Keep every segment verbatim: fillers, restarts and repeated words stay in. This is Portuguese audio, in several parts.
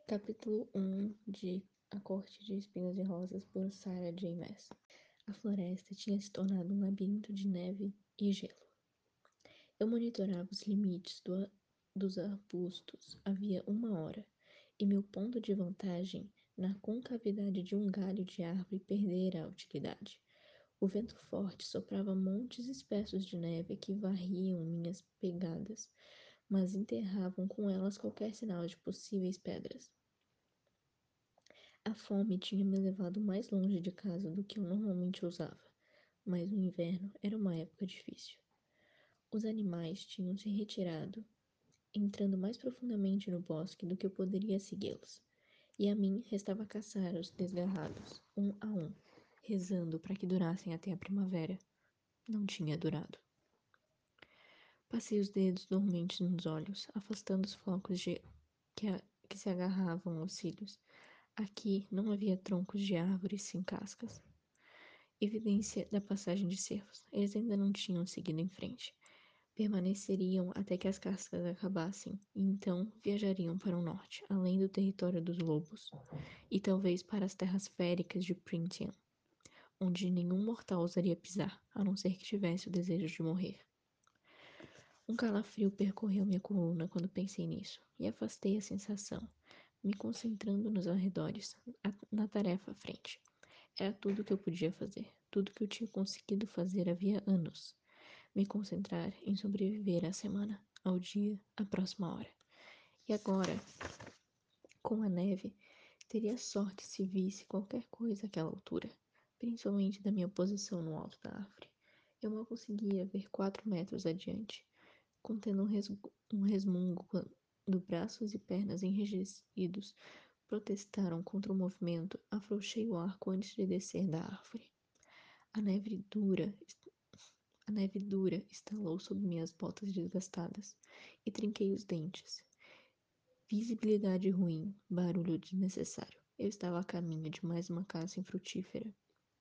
Capítulo um de A Corte de Espinhos e Rosas por Sarah J. Maas. A floresta tinha se tornado um labirinto de neve e gelo. Eu monitorava os limites do, dos arbustos havia uma hora, e meu ponto de vantagem na concavidade de um galho de árvore perdera a utilidade. O vento forte soprava montes espessos de neve que varriam minhas pegadas, mas enterravam com elas qualquer sinal de possíveis pedras. A fome tinha me levado mais longe de casa do que eu normalmente usava, mas o inverno era uma época difícil. Os animais tinham se retirado, entrando mais profundamente no bosque do que eu poderia segui-los, e a mim restava caçar os desgarrados, um a um, rezando para que durassem até a primavera. Não tinha durado. Passei os dedos dormentes nos olhos, afastando os flocos de que, a... que se agarravam aos cílios. Aqui não havia troncos de árvores sem cascas. Evidência da passagem de cervos. Eles ainda não tinham seguido em frente. Permaneceriam até que as cascas acabassem, e então viajariam para o norte, além do território dos lobos, e talvez para as terras féricas de Printian, onde nenhum mortal ousaria pisar, a não ser que tivesse o desejo de morrer. Um calafrio percorreu minha coluna quando pensei nisso, e afastei a sensação, me concentrando nos arredores, na tarefa à frente. Era tudo o que eu podia fazer, tudo que eu tinha conseguido fazer havia anos. Me concentrar em sobreviver à semana, ao dia, à próxima hora. E agora, com a neve, teria sorte se visse qualquer coisa àquela altura, principalmente da minha posição no alto da árvore. Eu mal conseguia ver quatro metros adiante, contendo um, resgu- um resmungo quando braços e pernas enrijecidos protestaram contra o movimento. Afrouxei o arco antes de descer da árvore. A neve dura, a neve dura estalou sob minhas botas desgastadas e trinquei os dentes. Visibilidade ruim, barulho desnecessário. Eu estava a caminho de mais uma caça infrutífera.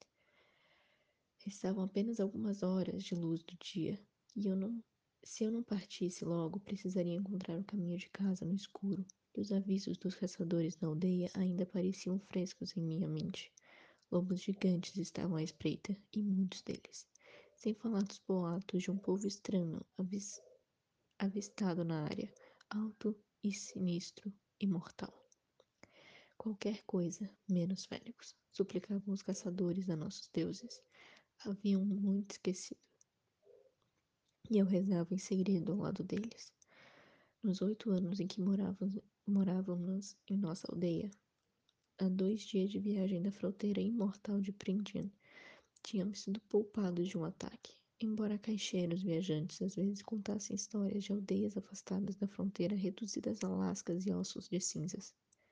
Restavam apenas algumas horas de luz do dia, e eu não, se eu não partisse logo, precisaria encontrar o caminho de casa no escuro, e os avisos dos caçadores da aldeia ainda pareciam frescos em minha mente. Lobos gigantes estavam à espreita, e muitos deles. Sem falar dos boatos de um povo estranho avis, avistado na área, alto e sinistro e mortal. Qualquer coisa, menos Félix, suplicavam os caçadores a nossos deuses. Haviam muito esquecido. E eu rezava em segredo ao lado deles. Nos oito anos em que morávamos, morávamos em nossa aldeia, a dois dias de viagem da fronteira imortal de Printian, tínhamos sido poupados de um ataque. Embora caixeiros viajantes às vezes contassem histórias de aldeias afastadas da fronteira reduzidas a lascas e ossos de cinzas.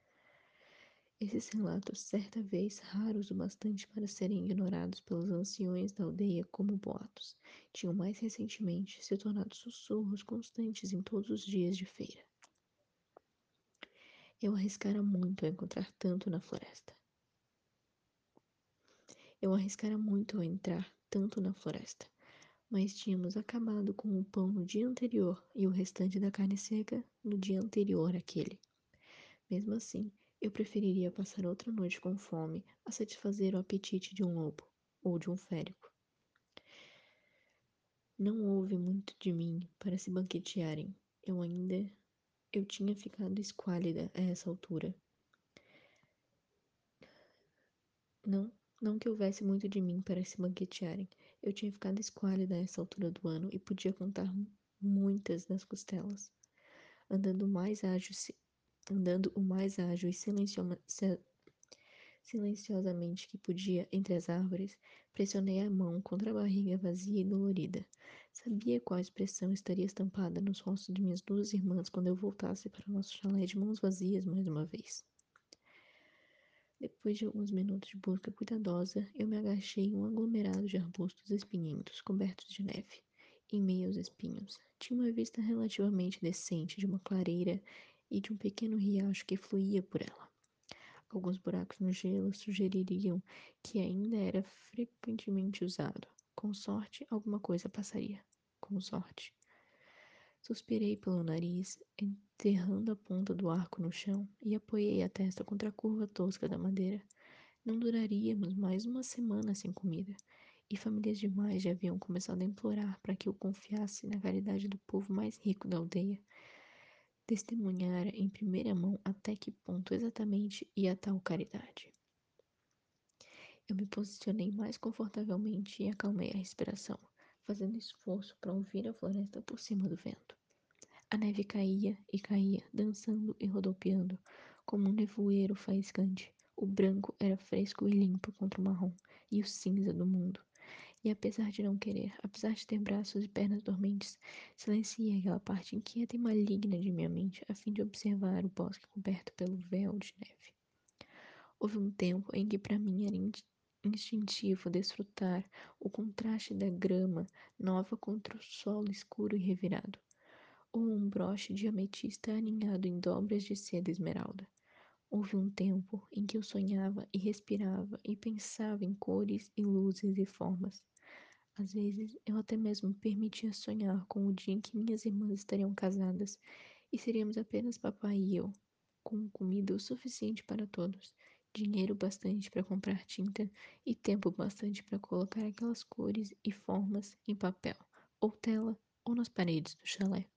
Esses relatos, certa vez raros o bastante para serem ignorados pelos anciões da aldeia como boatos, tinham mais recentemente se tornado sussurros constantes em todos os dias de feira. Eu arriscara muito ao encontrar tanto na floresta. Eu arriscara muito ao entrar tanto na floresta, mas tínhamos acabado com o pão no dia anterior e o restante da carne seca no dia anterior àquele. Mesmo assim, eu preferiria passar outra noite com fome a satisfazer o apetite de um lobo ou de um férico. Não houve muito de mim para se banquetearem. Eu ainda... Eu tinha ficado esquálida a essa altura. Não, não que houvesse muito de mim para se banquetearem. Eu tinha ficado esquálida a essa altura do ano e podia contar muitas das costelas. Andando mais ágil, andando o mais ágil e silenciosa, silenciosamente que podia entre as árvores, pressionei a mão contra a barriga vazia e dolorida. Sabia qual expressão estaria estampada nos rostos de minhas duas irmãs quando eu voltasse para o nosso chalé de mãos vazias mais uma vez. Depois de alguns minutos de busca cuidadosa, eu me agachei em um aglomerado de arbustos espinhentos, cobertos de neve. Em meio aos espinhos, tinha uma vista relativamente decente de uma clareira e de um pequeno riacho que fluía por ela. Alguns buracos no gelo sugeririam que ainda era frequentemente usado. Com sorte, alguma coisa passaria. Com sorte. Suspirei pelo nariz, enterrando a ponta do arco no chão e apoiei a testa contra a curva tosca da madeira. Não duraríamos mais uma semana sem comida, e famílias demais já haviam começado a implorar para que eu confiasse na caridade do povo mais rico da aldeia. Testemunhara em primeira mão até que ponto exatamente ia tal caridade. Eu me posicionei mais confortavelmente e acalmei a respiração, fazendo esforço para ouvir a floresta por cima do vento. A neve caía e caía, dançando e rodopiando, como um nevoeiro faiscante. O branco era fresco e limpo contra o marrom e o cinza do mundo. E apesar de não querer, apesar de ter braços e pernas dormentes, silenciei aquela parte inquieta e maligna de minha mente a fim de observar o bosque coberto pelo véu de neve. Houve um tempo em que para mim era instintivo desfrutar o contraste da grama nova contra o solo escuro e revirado, ou um broche de ametista aninhado em dobras de seda esmeralda. Houve um tempo em que eu sonhava e respirava e pensava em cores e luzes e formas. Às vezes, eu até mesmo permitia sonhar com o dia em que minhas irmãs estariam casadas e seríamos apenas papai e eu, com comida o suficiente para todos, dinheiro bastante para comprar tinta e tempo bastante para colocar aquelas cores e formas em papel, ou tela, ou nas paredes do chalé.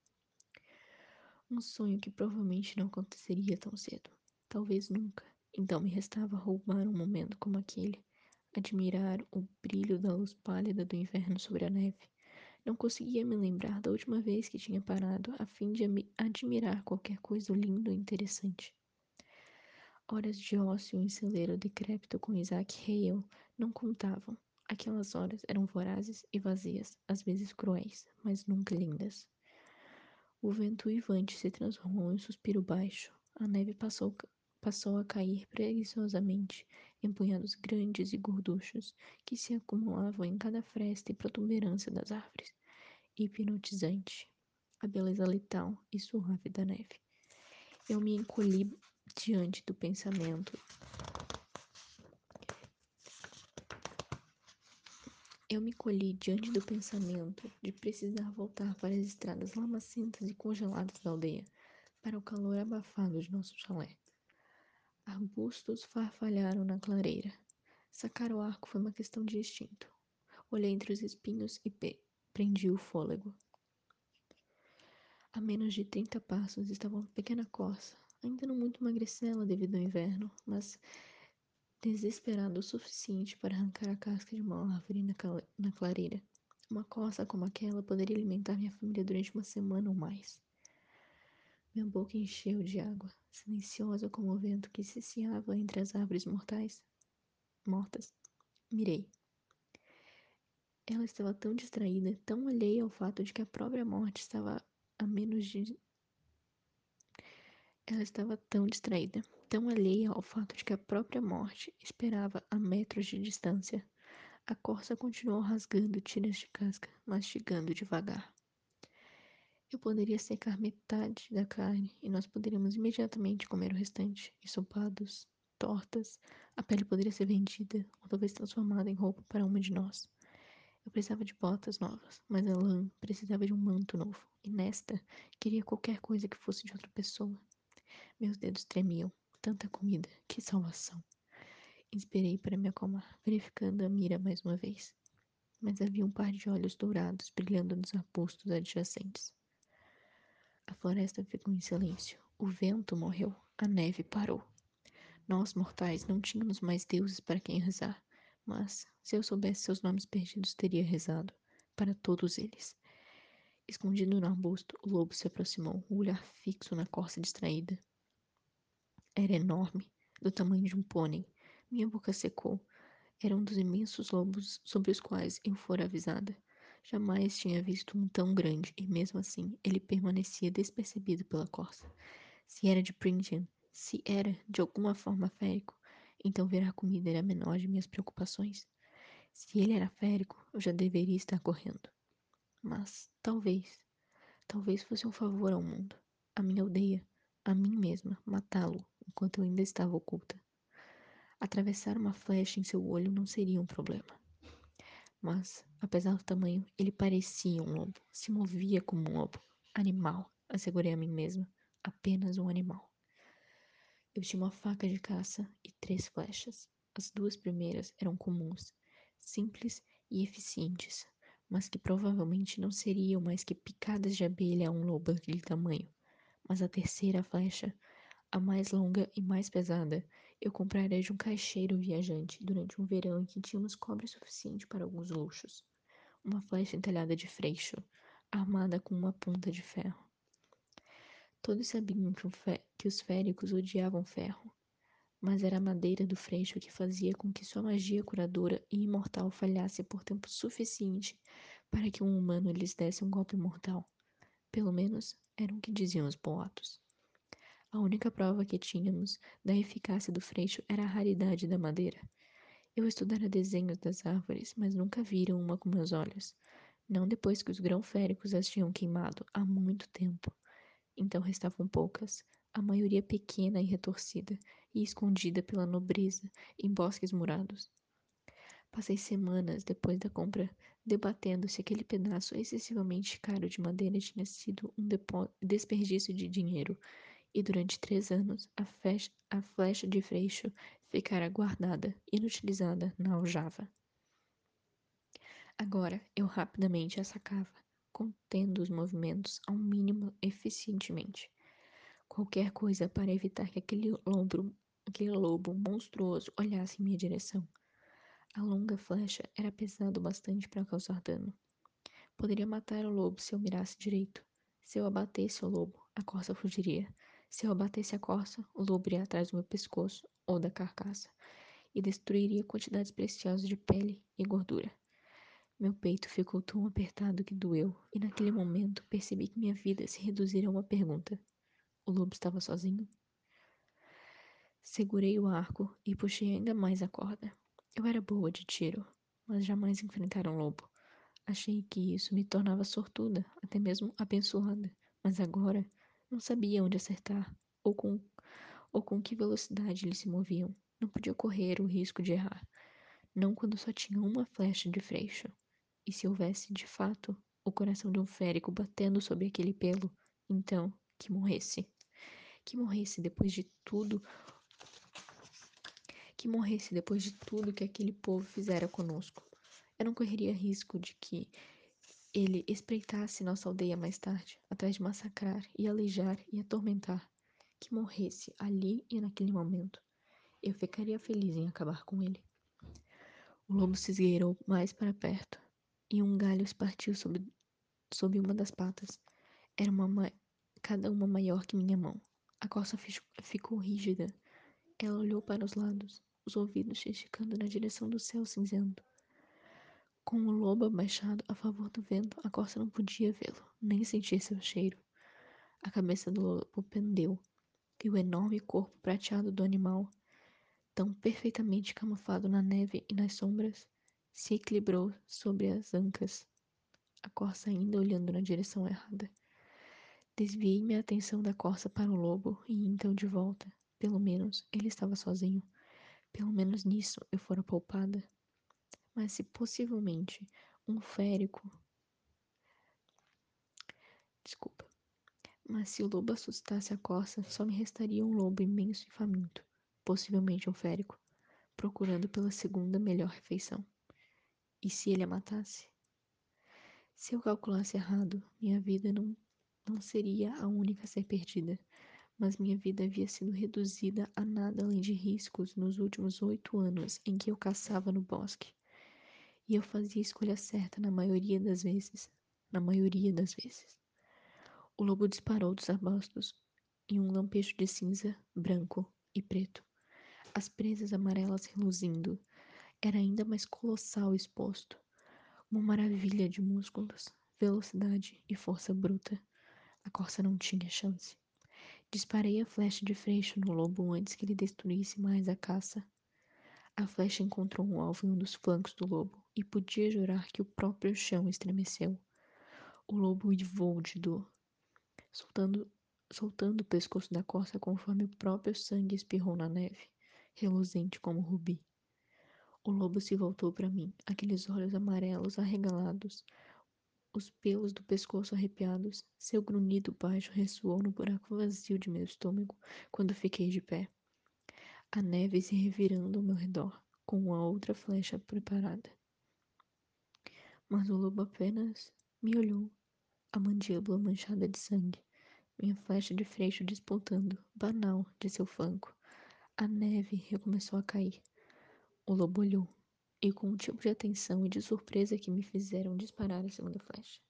Um sonho que provavelmente não aconteceria tão cedo, talvez nunca. Então me restava roubar um momento como aquele, admirar o brilho da luz pálida do inverno sobre a neve. Não conseguia me lembrar da última vez que tinha parado a fim de admirar qualquer coisa linda ou interessante. Horas de ócio em celeiro decrépito com Isaac Hale não contavam. Aquelas horas eram vorazes e vazias, às vezes cruéis, mas nunca lindas. O vento uivante se transformou em suspiro baixo. A neve passou, passou a cair preguiçosamente em punhados grandes e gorduchos que se acumulavam em cada fresta e protuberância das árvores. Hipnotizante. A beleza letal e suave da neve. Eu me encolhi diante do pensamento. Eu me colhi diante do pensamento de precisar voltar para as estradas lamacentas e congeladas da aldeia, para o calor abafado de nosso chalé. Arbustos farfalharam na clareira. Sacar o arco foi uma questão de instinto. Olhei entre os espinhos e prendi o fôlego. A menos de trinta passos estava uma pequena corça, ainda não muito magricela devido ao inverno, mas desesperado o suficiente para arrancar a casca de uma árvore na, na clareira. Uma corça como aquela poderia alimentar minha família durante uma semana ou mais. Minha boca encheu de água, silenciosa como o vento que ciciava entre as árvores mortais, mortas. Mirei. Ela estava tão distraída, tão alheia ao fato de que a própria morte estava a menos de... Ela estava tão distraída, tão alheia ao fato de que a própria morte esperava a metros de distância. A corça continuou rasgando tiras de casca, mastigando devagar. Eu poderia secar metade da carne e nós poderíamos imediatamente comer o restante, ensopados, tortas. A pele poderia ser vendida ou talvez transformada em roupa para uma de nós. Eu precisava de botas novas, mas a lã precisava de um manto novo. E nesta, queria qualquer coisa que fosse de outra pessoa. Meus dedos tremiam. Tanta comida, que salvação. Esperei para me acalmar, verificando a mira mais uma vez. Mas havia um par de olhos dourados brilhando nos arbustos adjacentes. A floresta ficou em silêncio. O vento morreu. A neve parou. Nós, mortais, não tínhamos mais deuses para quem rezar. Mas, se eu soubesse seus nomes perdidos, teria rezado. Para todos eles. Escondido no arbusto, o lobo se aproximou, o olhar fixo na corça distraída. Era enorme, do tamanho de um pônei. Minha boca secou. Era um dos imensos lobos sobre os quais eu fora avisada. Jamais tinha visto um tão grande, e mesmo assim, ele permanecia despercebido pela corça. Se era de Printian, se era, de alguma forma, férico, então ver a comida era a menor de minhas preocupações. Se ele era férico, eu já deveria estar correndo. Mas, talvez, talvez fosse um favor ao mundo, à minha aldeia, a mim mesma, matá-lo, enquanto eu ainda estava oculta. Atravessar uma flecha em seu olho não seria um problema. Mas, apesar do tamanho, ele parecia um lobo, se movia como um lobo, Animal, assegurei a mim mesma. Apenas um animal. Eu tinha uma faca de caça e três flechas. As duas primeiras eram comuns, simples e eficientes, mas que provavelmente não seriam mais que picadas de abelha a um lobo daquele tamanho. Mas a terceira flecha, a mais longa e mais pesada, eu compraria de um caixeiro viajante durante um verão em que tínhamos cobre suficiente para alguns luxos. Uma flecha entalhada de freixo, armada com uma ponta de ferro. Todos sabiam que, fe... que os féricos odiavam ferro, mas era a madeira do freixo que fazia com que sua magia curadora e imortal falhasse por tempo suficiente para que um humano lhes desse um golpe mortal. Pelo menos, era o que diziam os boatos. A única prova que tínhamos da eficácia do freixo era a raridade da madeira. Eu estudara desenhos das árvores, mas nunca viram uma com meus olhos. Não depois que os grão-féricos as tinham queimado há muito tempo. Então restavam poucas, a maioria pequena e retorcida, e escondida pela nobreza em bosques murados. Passei semanas depois da compra debatendo se aquele pedaço excessivamente caro de madeira tinha sido um desperdício de dinheiro, e durante três anos a, fecha, a flecha de freixo ficara guardada, inutilizada na aljava. Agora eu rapidamente a sacava, contendo os movimentos ao mínimo eficientemente. Qualquer coisa para evitar que aquele lobo, aquele lobo monstruoso olhasse em minha direção. A longa flecha era pesado bastante para causar dano. Poderia matar o lobo se eu mirasse direito. Se eu abatesse o lobo, a corça fugiria. Se eu abatesse a corça, o lobo iria atrás do meu pescoço ou da carcaça e destruiria quantidades preciosas de pele e gordura. Meu peito ficou tão apertado que doeu, e naquele momento percebi que minha vida se reduzira a uma pergunta. O lobo estava sozinho? Segurei o arco e puxei ainda mais a corda. Eu era boa de tiro, mas jamais enfrentara um lobo. Achei que isso me tornava sortuda, até mesmo abençoada, mas agora não sabia onde acertar ou com, ou com que velocidade eles se moviam. Não podia correr o risco de errar, não quando só tinha uma flecha de freixo. E se houvesse, de fato, o coração de um férico batendo sobre aquele pelo, então que morresse. Que morresse depois de tudo que morresse depois de tudo que aquele povo fizera conosco. Eu não correria risco de que ele espreitasse nossa aldeia mais tarde, atrás de massacrar e aleijar e atormentar. Que morresse ali e naquele momento. Eu ficaria feliz em acabar com ele. O lobo se esgueirou mais para perto, e um galho se partiu sob, sob uma das patas. Era uma ma... cada uma maior que minha mão. A corça ficou rígida. Ela olhou para os lados, os ouvidos se esticando na direção do céu cinzento. Com o lobo abaixado a favor do vento, a corça não podia vê-lo, nem sentir seu cheiro. A cabeça do lobo pendeu, e o enorme corpo prateado do animal, tão perfeitamente camuflado na neve e nas sombras, se equilibrou sobre as ancas, a corça ainda olhando na direção errada. Desviei minha atenção da corça para o lobo e então de volta. Pelo menos ele estava sozinho. Pelo menos nisso eu fora poupada. Mas se possivelmente um férico... Desculpa. Mas se o lobo assustasse a corça, só me restaria um lobo imenso e faminto, possivelmente um férico, procurando pela segunda melhor refeição. E se ele a matasse? Se eu calculasse errado, minha vida não, não seria a única a ser perdida, mas minha vida havia sido reduzida a nada além de riscos nos últimos oito anos em que eu caçava no bosque. E eu fazia a escolha certa na maioria das vezes. Na maioria das vezes. O lobo disparou dos arbustos em um lampejo de cinza, branco e preto. As presas amarelas reluzindo. Era ainda mais colossal exposto. Uma maravilha de músculos, velocidade e força bruta. A corça não tinha chance. Disparei a flecha de freixo no lobo antes que ele destruísse mais a caça. A flecha encontrou um alvo em um dos flancos do lobo e podia jurar que o próprio chão estremeceu. O lobo uivou de dor, soltando, soltando o pescoço da corça conforme o próprio sangue espirrou na neve, reluzente como rubi. O lobo se voltou para mim, aqueles olhos amarelos arregalados, os pelos do pescoço arrepiados. Seu grunhido baixo ressoou no buraco vazio de meu estômago quando fiquei de pé. A neve se revirando ao meu redor, com a outra flecha preparada. Mas o lobo apenas me olhou, a mandíbula manchada de sangue, minha flecha de freixo despontando, banal, de seu flanco. A neve recomeçou a cair. O lobo olhou, e com um tipo de atenção e de surpresa que me fizeram disparar a segunda flecha.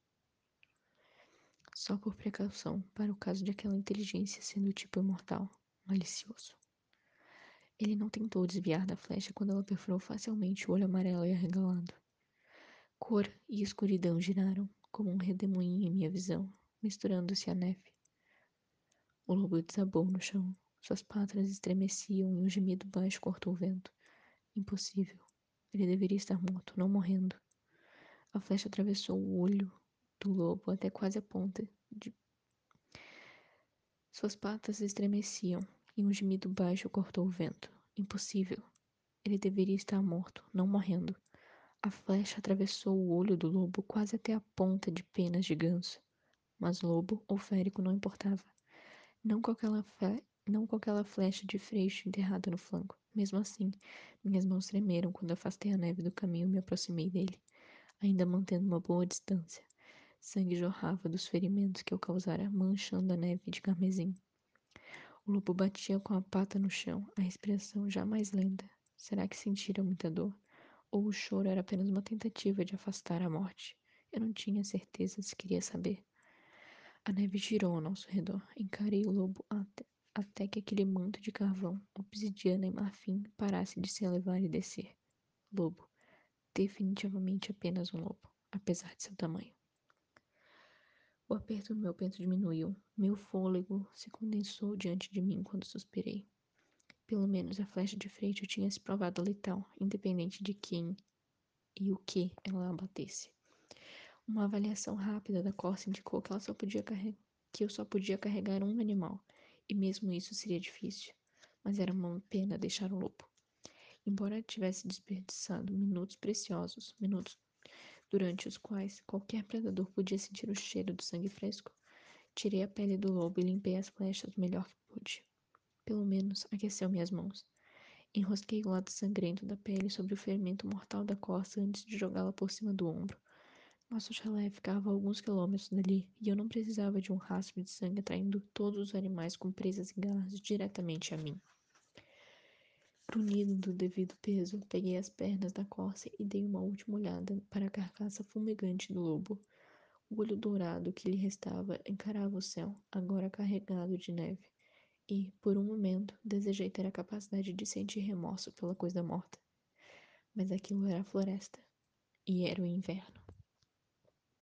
Só por precaução, para o caso de aquela inteligência sendo do tipo imortal, malicioso. Ele não tentou desviar da flecha quando ela perfurou facilmente o olho amarelo e arregalado. Cor e escuridão giraram, como um redemoinho em minha visão, misturando-se à neve. O lobo desabou no chão. Suas patas estremeciam e um gemido baixo cortou o vento. Impossível. Ele deveria estar morto, não morrendo. A flecha atravessou o olho do lobo até quase a ponta. De... Suas patas estremeciam e um gemido baixo cortou o vento. Impossível. Ele deveria estar morto, não morrendo. A flecha atravessou o olho do lobo quase até a ponta de penas de ganso. Mas lobo ou férico não importava. Não com aquela, fe... não com aquela flecha de freixo enterrada no flanco. Mesmo assim, minhas mãos tremeram quando afastei a neve do caminho e me aproximei dele, ainda mantendo uma boa distância. Sangue jorrava dos ferimentos que eu causara, manchando a neve de carmesim. O lobo batia com a pata no chão, a respiração já mais lenta. Será que sentira muita dor? Ou o choro era apenas uma tentativa de afastar a morte? Eu não tinha certeza se queria saber. A neve girou ao nosso redor. Encarei o lobo até, até que aquele manto de carvão, obsidiana e marfim parasse de se elevar e descer. Lobo. Definitivamente apenas um lobo, apesar de seu tamanho. O aperto no meu peito diminuiu. Meu fôlego se condensou diante de mim quando suspirei. Pelo menos a flecha de frente tinha se provado letal, independente de quem e o que ela abatesse. Uma avaliação rápida da Corsa indicou que ela só podia carregar, que eu só podia carregar um animal, e mesmo isso seria difícil. Mas era uma pena deixar o lobo. Embora tivesse desperdiçado minutos preciosos, minutos durante os quais qualquer predador podia sentir o cheiro do sangue fresco, tirei a pele do lobo e limpei as flechas o melhor que pude. Pelo menos aqueceu minhas mãos. Enrosquei o lado sangrento da pele sobre o ferimento mortal da Corsa antes de jogá-la por cima do ombro. Nosso chalé ficava a alguns quilômetros dali, e eu não precisava de um rastro de sangue atraindo todos os animais com presas e garras diretamente a mim. Grunhido do devido peso, peguei as pernas da corça e dei uma última olhada para a carcaça fumegante do lobo. O olho dourado que lhe restava encarava o céu, agora carregado de neve, e, por um momento, desejei ter a capacidade de sentir remorso pela coisa morta. Mas aquilo era a floresta, e era o inverno.